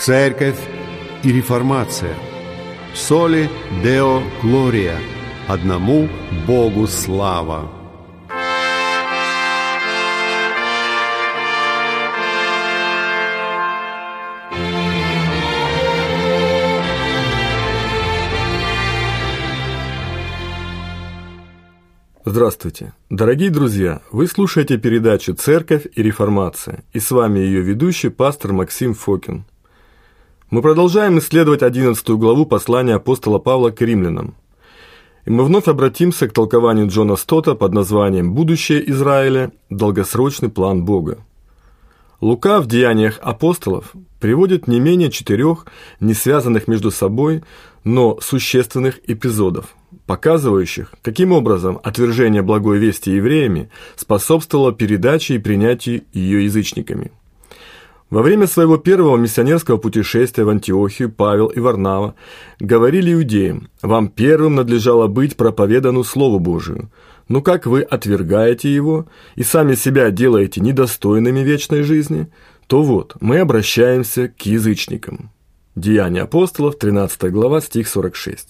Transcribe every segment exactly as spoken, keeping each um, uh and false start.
Церковь и реформация. Соли Део Глория. Одному Богу слава. Здравствуйте, дорогие друзья! Вы слушаете передачу «Церковь и реформация», и с вами ее ведущий пастор Максим Фокин. Мы продолжаем исследовать одиннадцатую главу послания апостола Павла к римлянам. И мы вновь обратимся к толкованию Джона Стотта под названием «Будущее Израиля. Долгосрочный план Бога». Лука в Деяниях апостолов приводит не менее четырех не связанных между собой, но существенных эпизодов, показывающих, каким образом отвержение благой вести евреями способствовало передаче и принятию ее язычниками. Во время своего первого миссионерского путешествия в Антиохию Павел и Варнава говорили иудеям: «Вам первым надлежало быть проповедану Слову Божию, но как вы отвергаете его и сами себя делаете недостойными вечной жизни, то вот мы обращаемся к язычникам». Деяния апостолов, тринадцатая глава, стих сорок шесть.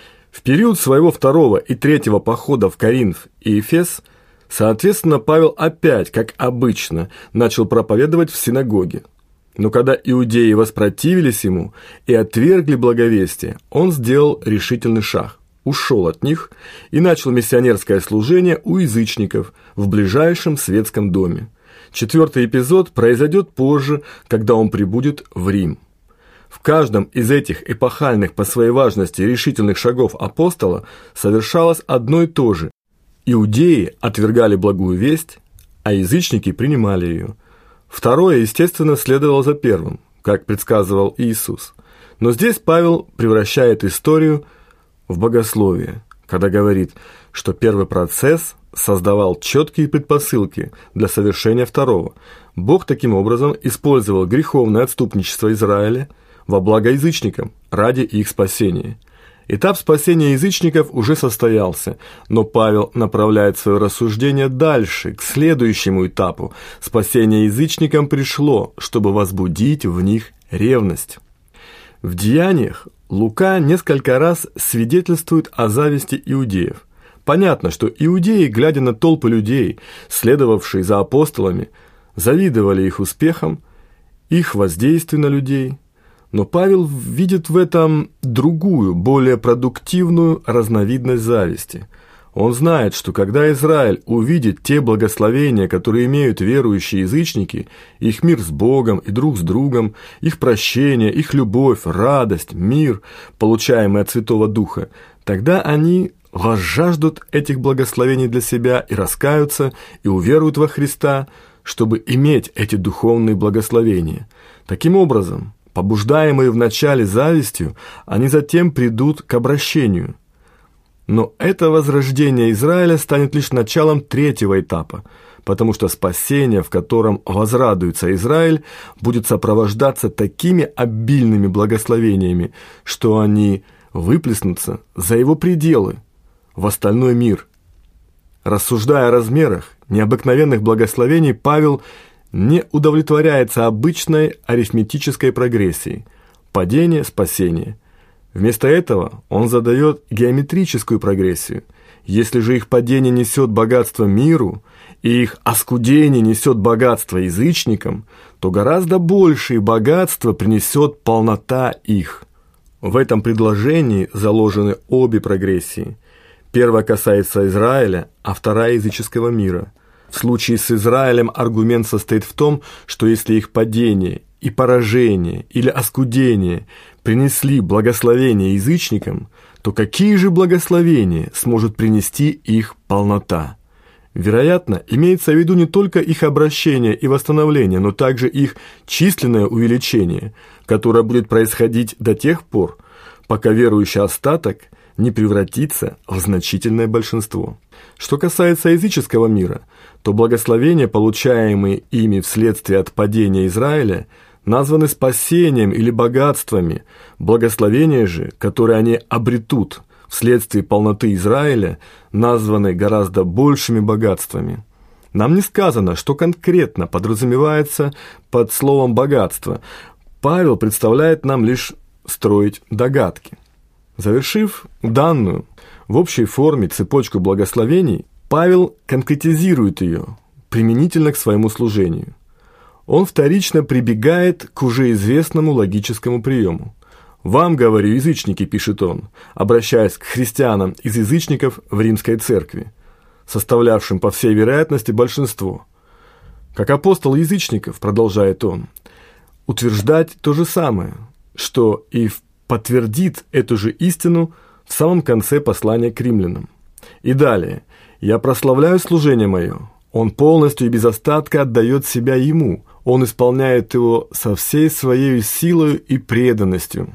В период своего второго и третьего похода в Коринф и Эфес, соответственно, Павел опять, как обычно, начал проповедовать в синагоге. Но когда иудеи воспротивились ему и отвергли благовестие, он сделал решительный шаг, ушел от них и начал миссионерское служение у язычников в ближайшем светском доме. Четвертый эпизод произойдет позже, когда он прибудет в Рим. В каждом из этих эпохальных по своей важности решительных шагов апостола совершалось одно и то же. Иудеи отвергали благую весть, а язычники принимали ее. Второе, естественно, следовало за первым, как предсказывал Иисус. Но здесь Павел превращает историю в богословие, когда говорит, что первый процесс создавал четкие предпосылки для совершения второго. Бог таким образом использовал греховное отступничество Израиля во благо язычникам ради их спасения. Этап спасения язычников уже состоялся, но Павел направляет свое рассуждение дальше, к следующему этапу. Спасение язычникам пришло, чтобы возбудить в них ревность. В Деяниях Лука несколько раз свидетельствует о зависти иудеев. Понятно, что иудеи, глядя на толпы людей, следовавшие за апостолами, завидовали их успехам, их воздействию на людей. Но Павел видит в этом другую, более продуктивную разновидность зависти. Он знает, что когда Израиль увидит те благословения, которые имеют верующие язычники, их мир с Богом и друг с другом, их прощение, их любовь, радость, мир, получаемый от Святого Духа, тогда они возжаждут этих благословений для себя и раскаются, и уверуют во Христа, чтобы иметь эти духовные благословения. Таким образом, побуждаемые вначале завистью, они затем придут к обращению. Но это возрождение Израиля станет лишь началом третьего этапа, потому что спасение, в котором возрадуется Израиль, будет сопровождаться такими обильными благословениями, что они выплеснутся за его пределы, в остальной мир. Рассуждая о размерах необыкновенных благословений, Павел не удовлетворяется обычной арифметической прогрессией – падение, спасение. Вместо этого он задает геометрическую прогрессию. Если же их падение несет богатство миру, и их оскудение несет богатство язычникам, то гораздо большее богатство принесет полнота их. В этом предложении заложены обе прогрессии. Первая касается Израиля, а вторая – языческого мира. В случае с Израилем аргумент состоит в том, что если их падение и поражение или оскудение принесли благословение язычникам, то какие же благословения сможет принести их полнота? Вероятно, имеется в виду не только их обращение и восстановление, но также их численное увеличение, которое будет происходить до тех пор, пока верующий остаток не превратится в значительное большинство. Что касается языческого мира, то благословения, получаемые ими вследствие от падения Израиля, названы спасением или богатствами. Благословения же, которые они обретут вследствие полноты Израиля, названы гораздо большими богатствами. Нам не сказано, что конкретно подразумевается под словом «богатство». Павел представляет нам лишь строить догадки. Завершив данную в общей форме цепочку благословений, Павел конкретизирует ее применительно к своему служению. Он вторично прибегает к уже известному логическому приему. «Вам, говорю, язычники», – пишет он, обращаясь к христианам из язычников в римской церкви, составлявшим, по всей вероятности, большинство. «Как апостол язычников», – продолжает он, – утверждать то же самое, что и подтвердит эту же истину в самом конце послания к римлянам. И далее: «Я прославляю служение мое». Он полностью и без остатка отдает себя ему. Он исполняет его со всей своей силой и преданностью.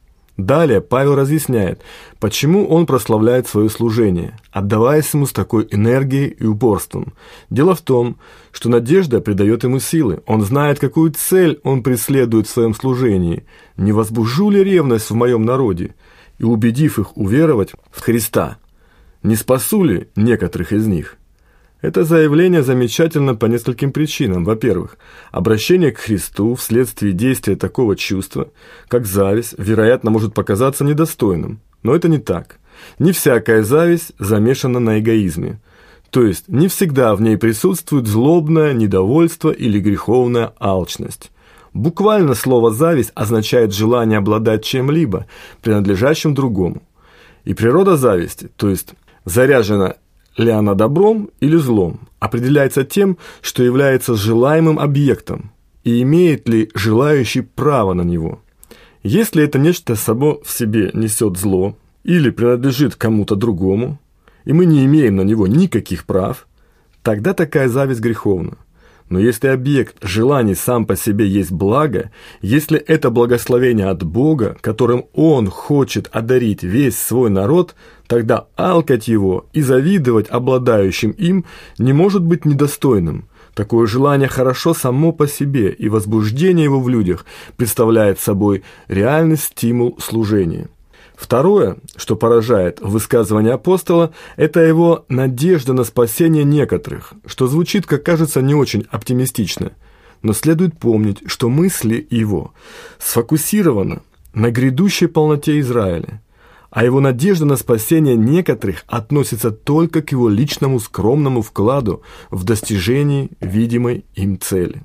Далее Павел разъясняет, почему он прославляет свое служение, отдаваясь ему с такой энергией и упорством. Дело в том, что надежда придает ему силы. Он знает, какую цель он преследует в своем служении. «Не возбужу ли ревность в моем народе?» И, убедив их уверовать в Христа, не спасу ли некоторых из них? Это заявление замечательно по нескольким причинам. Во-первых, обращение к Христу вследствие действия такого чувства, как зависть, вероятно, может показаться недостойным. Но это не так. Не всякая зависть замешана на эгоизме. То есть, не всегда в ней присутствует злобное недовольство или греховная алчность. Буквально слово «зависть» означает желание обладать чем-либо, принадлежащим другому. И природа зависти, то есть заряжена ли она добром или злом, определяется тем, что является желаемым объектом, и имеет ли желающий право на него. Если это нечто само в себе несет зло или принадлежит кому-то другому, и мы не имеем на него никаких прав, тогда такая зависть греховна. Но если объект желаний сам по себе есть благо, если это благословение от Бога, которым Он хочет одарить весь свой народ, тогда алкать его и завидовать обладающим им не может быть недостойным. Такое желание хорошо само по себе, и возбуждение его в людях представляет собой реальный стимул служения. Второе, что поражает в высказывании апостола, это его надежда на спасение некоторых, что звучит, как кажется, не очень оптимистично. Но следует помнить, что мысли его сфокусированы на грядущей полноте Израиля, а его надежда на спасение некоторых относится только к его личному скромному вкладу в достижении видимой им цели.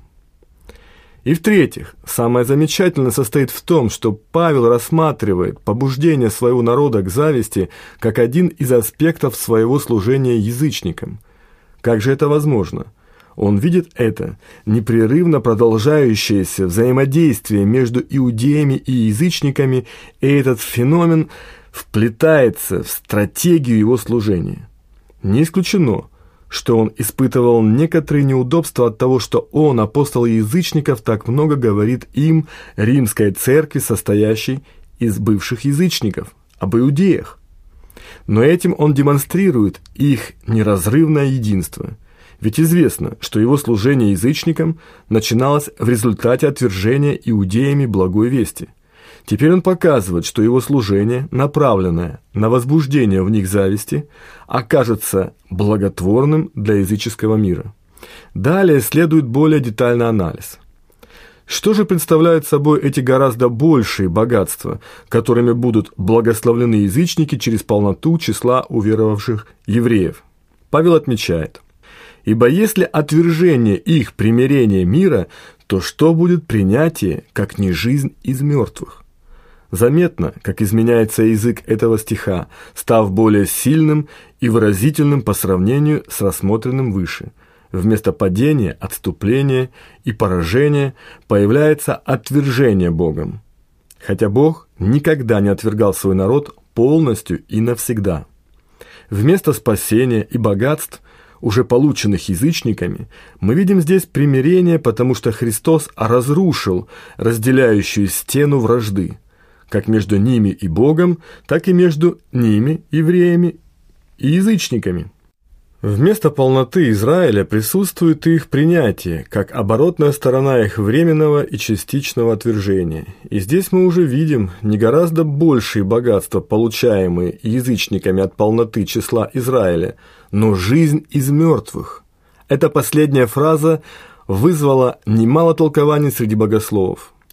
И в-третьих, самое замечательное состоит в том, что Павел рассматривает побуждение своего народа к зависти как один из аспектов своего служения язычникам. Как же это возможно? Он видит это непрерывно продолжающееся взаимодействие между иудеями и язычниками, и этот феномен вплетается в стратегию его служения. Не исключено, что он испытывал некоторые неудобства от того, что он, апостол язычников, так много говорит им, римской церкви, состоящей из бывших язычников, об иудеях. Но этим он демонстрирует их неразрывное единство. Ведь известно, что его служение язычникам начиналось в результате отвержения иудеями благой вести. Теперь он показывает, что его служение, направленное на возбуждение в них зависти, окажется благотворным для языческого мира. Далее следует более детальный анализ. Что же представляют собой эти гораздо большие богатства, которыми будут благословлены язычники через полноту числа уверовавших евреев? Павел отмечает: «Ибо если отвержение их примирение мира, то что будет принятие, как не жизнь из мертвых?» Заметно, как изменяется язык этого стиха, став более сильным и выразительным по сравнению с рассмотренным выше. Вместо падения, отступления и поражения появляется отвержение Богом. Хотя Бог никогда не отвергал свой народ полностью и навсегда. Вместо спасения и богатств, уже полученных язычниками, мы видим здесь примирение, потому что Христос разрушил разделяющую стену вражды, как между ними и Богом, так и между ними, евреями, и язычниками. Вместо полноты Израиля присутствует их принятие, как оборотная сторона их временного и частичного отвержения. И здесь мы уже видим не гораздо большие богатства, получаемые язычниками от полноты числа Израиля, но жизнь из мертвых. Эта последняя фраза вызвала немало толкований среди богословов.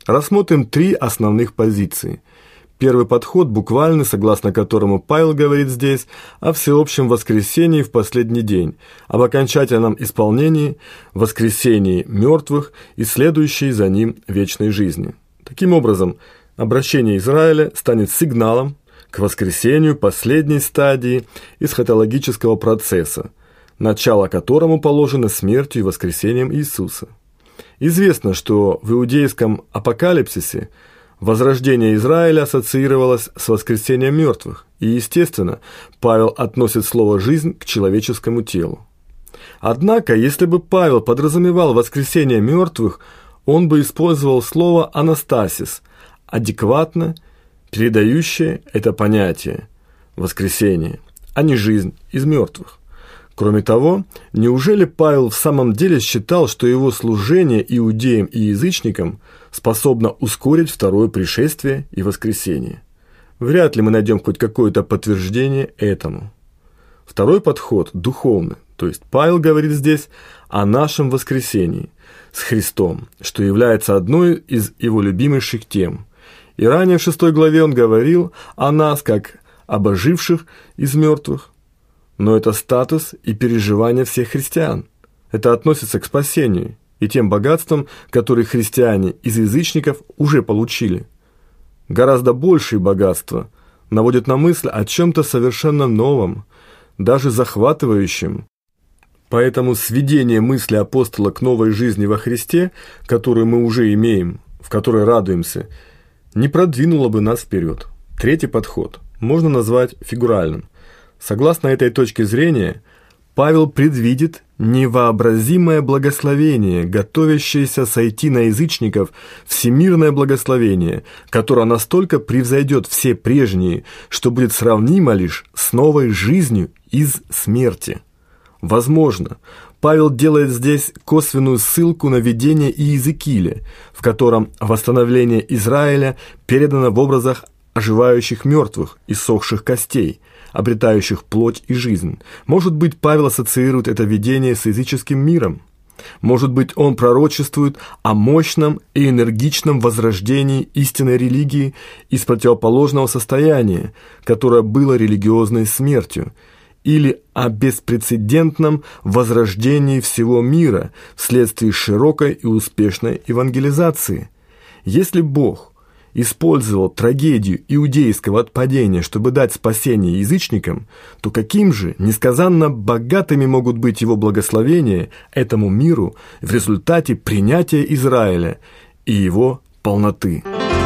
рассмотрим три основных позиции. Первый подход буквальный, согласно которому Павел говорит здесь о всеобщем воскресении в последний день, об окончательном исполнении, воскресении мертвых и следующей за ним вечной жизни. Таким образом, обращение Израиля станет сигналом к воскресению последней стадии эсхатологического процесса, начало которому положено смертью и воскресением Иисуса. Известно, что в иудейском апокалипсисе возрождение Израиля ассоциировалось с воскресением мертвых, и, естественно, Павел относит слово «жизнь» к человеческому телу. Однако, если бы Павел подразумевал воскресение мертвых, он бы использовал слово «анастасис», адекватно передающее это понятие «воскресение», а не «жизнь из мертвых». Кроме того, неужели Павел в самом деле считал, что его служение иудеям и язычникам способно ускорить второе пришествие и воскресение? Вряд ли мы найдем хоть какое-то подтверждение этому. Второй подход духовный, то есть Павел говорит здесь о нашем воскресении с Христом, что является одной из его любимейших тем. И ранее в шестой главе он говорил о нас как об оживших из мертвых. Но это статус и переживание всех христиан. Это относится к спасению и тем богатствам, которые христиане из язычников уже получили. Гораздо большие богатства наводят на мысль о чем-то совершенно новом, даже захватывающем. Поэтому сведение мысли апостола к новой жизни во Христе, которую мы уже имеем, в которой радуемся, не продвинуло бы нас вперед. Третий подход можно назвать фигуральным. Согласно этой точке зрения, Павел предвидит невообразимое благословение, готовящееся сойти на язычников, всемирное благословение, которое настолько превзойдет все прежние, что будет сравнимо лишь с новой жизнью из смерти. Возможно, Павел делает здесь косвенную ссылку на видение Иезекииля, в котором восстановление Израиля передано в образах оживающих мертвых, иссохших костей, обретающих плоть и жизнь. Может быть, Павел ассоциирует это видение с языческим миром. Может быть, он пророчествует о мощном и энергичном возрождении истинной религии из противоположного состояния, которое было религиозной смертью, или о беспрецедентном возрождении всего мира вследствие широкой и успешной евангелизации. Если Бог использовал трагедию иудейского отпадения, чтобы дать спасение язычникам, то каким же несказанно богатыми могут быть его благословения этому миру в результате принятия Израиля и его полноты.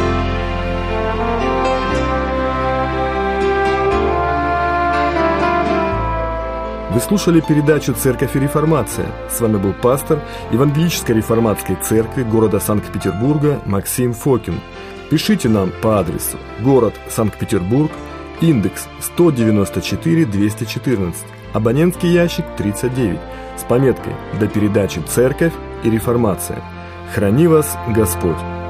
Вы слушали передачу «Церковь и реформация». С вами был пастор Евангелической реформатской церкви города Санкт-Петербурга Максим Фокин. Пишите нам по адресу город Санкт-Петербург, индекс сто девяносто четыре двести четырнадцать, абонентский ящик тридцать девять, с пометкой «До передачи «Церковь и реформация». Храни вас Господь!